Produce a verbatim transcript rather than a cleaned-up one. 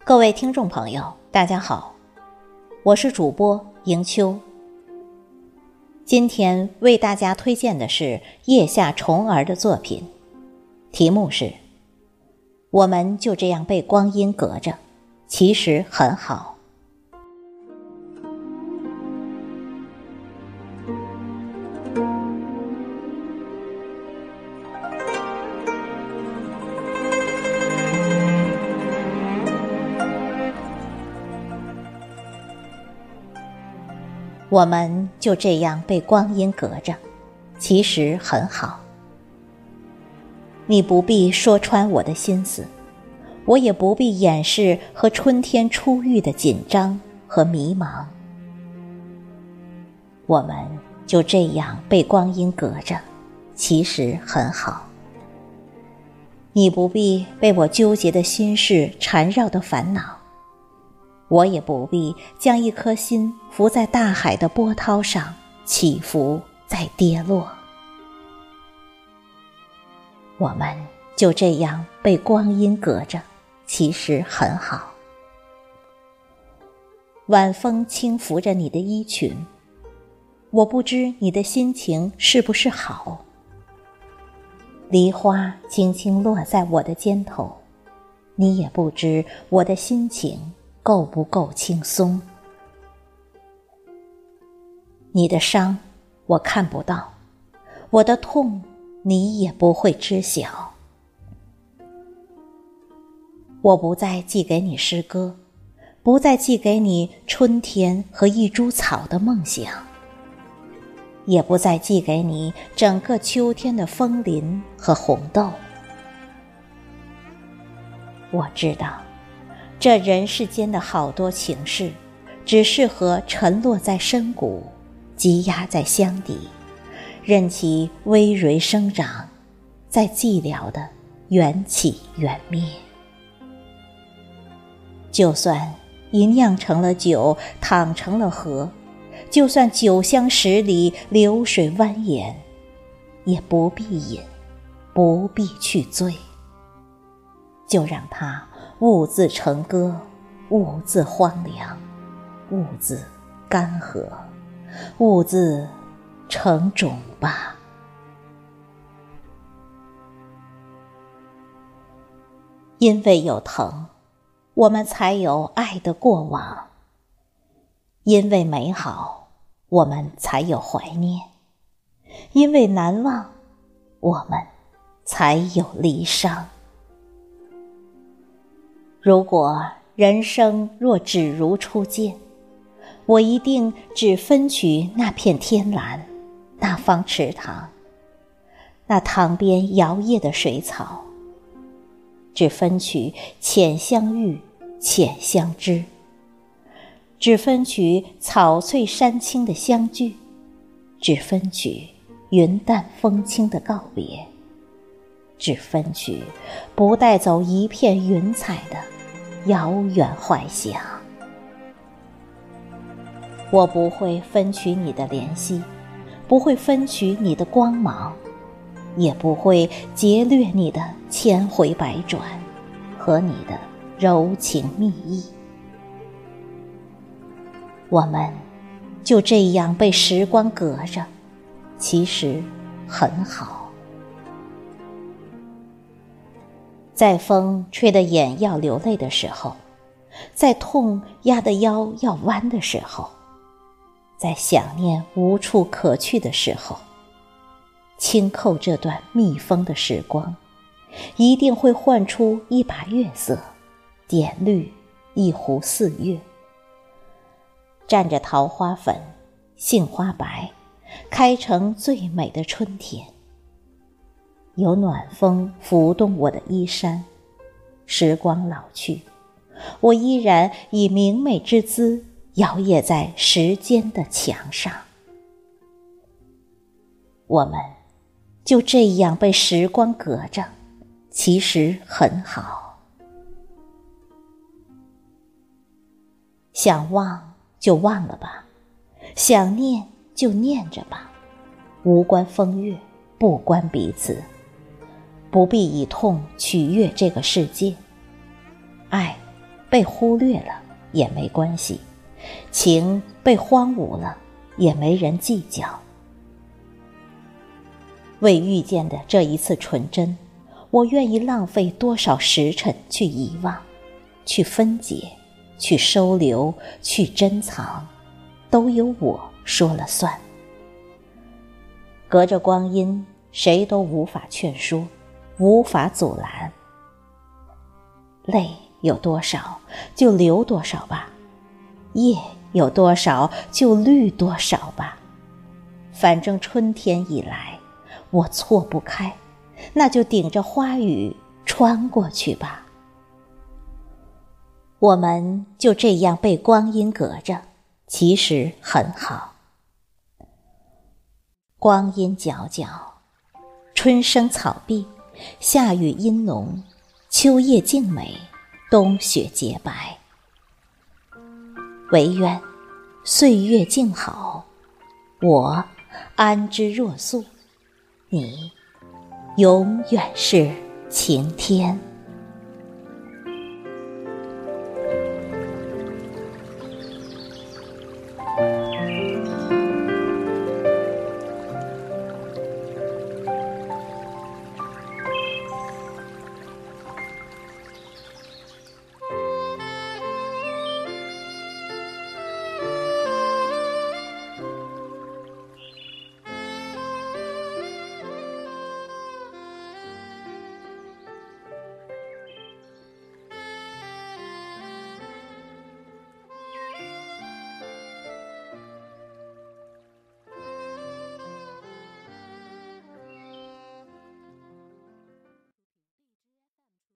各位听众朋友，大家好，我是主播迎秋。今天为大家推荐的是叶下虫儿的作品，题目是我们就这样被光阴隔着，其实很好。我们就这样被光阴隔着，其实很好。你不必说穿我的心思，我也不必掩饰和春天初遇的紧张和迷茫。我们就这样被光阴隔着，其实很好。你不必被我纠结的心事缠绕的烦恼，我也不必将一颗心浮在大海的波涛上，起伏再跌落。我们就这样被光阴隔着，其实很好。晚风轻拂着你的衣裙，我不知你的心情是不是好。梨花轻轻落在我的肩头，你也不知我的心情够不够轻松。你的伤我看不到，我的痛你也不会知晓。我不再寄给你诗歌，不再寄给你春天和一株草的梦想，也不再寄给你整个秋天的枫林和红豆。我知道这人世间的好多情事，只适合沉落在深谷，积压在箱底，任其葳蕤生长，在寂寥的缘起缘灭。就算已酿成了酒，淌成了河，就算酒香十里，流水蜿蜒，也不必饮，不必去醉，就让它兀自成歌，兀自荒凉，兀自干涸，兀自成种吧。因为有疼，我们才有爱的过往；因为美好，我们才有怀念；因为难忘，我们才有离伤。如果人生若只如初见，我一定只分取那片天蓝，那方池塘，那塘边摇曳的水草，只分取浅相遇，浅相知，只分取草翠山青的相聚，只分取云淡风轻的告别，只分取不带走一片云彩的遥远怀想。我不会分取你的怜惜，不会分取你的光芒，也不会劫掠你的千回百转和你的柔情蜜意。我们就这样被时光隔着，其实很好。在风吹得眼要流泪的时候，在痛压得腰要弯的时候，在想念无处可去的时候，轻扣这段密封的时光，一定会唤出一把月色，点绿一壶四月，蘸着桃花粉、杏花白，开成最美的春天。有暖风拂动我的衣衫，时光老去，我依然以明媚之姿摇曳在时间的墙上。我们就这样被时光隔着，其实很好。想忘就忘了吧，想念就念着吧，无关风月，不关彼此，不必以痛取悦这个世界。爱被忽略了也没关系，情被荒芜了也没人计较。为遇见的这一次纯真，我愿意浪费多少时辰去遗忘，去分解，去收留，去珍藏，都由我说了算。隔着光阴，谁都无法劝说，无法阻拦。泪有多少就流多少吧，夜有多少就绿多少吧。反正春天已来，我错不开，那就顶着花雨穿过去吧。我们就这样被光阴隔着，其实很好。光阴皎皎，春生草碧，夏雨阴浓，秋叶静美，冬雪洁白。唯愿岁月静好，我安之若素，你永远是晴天。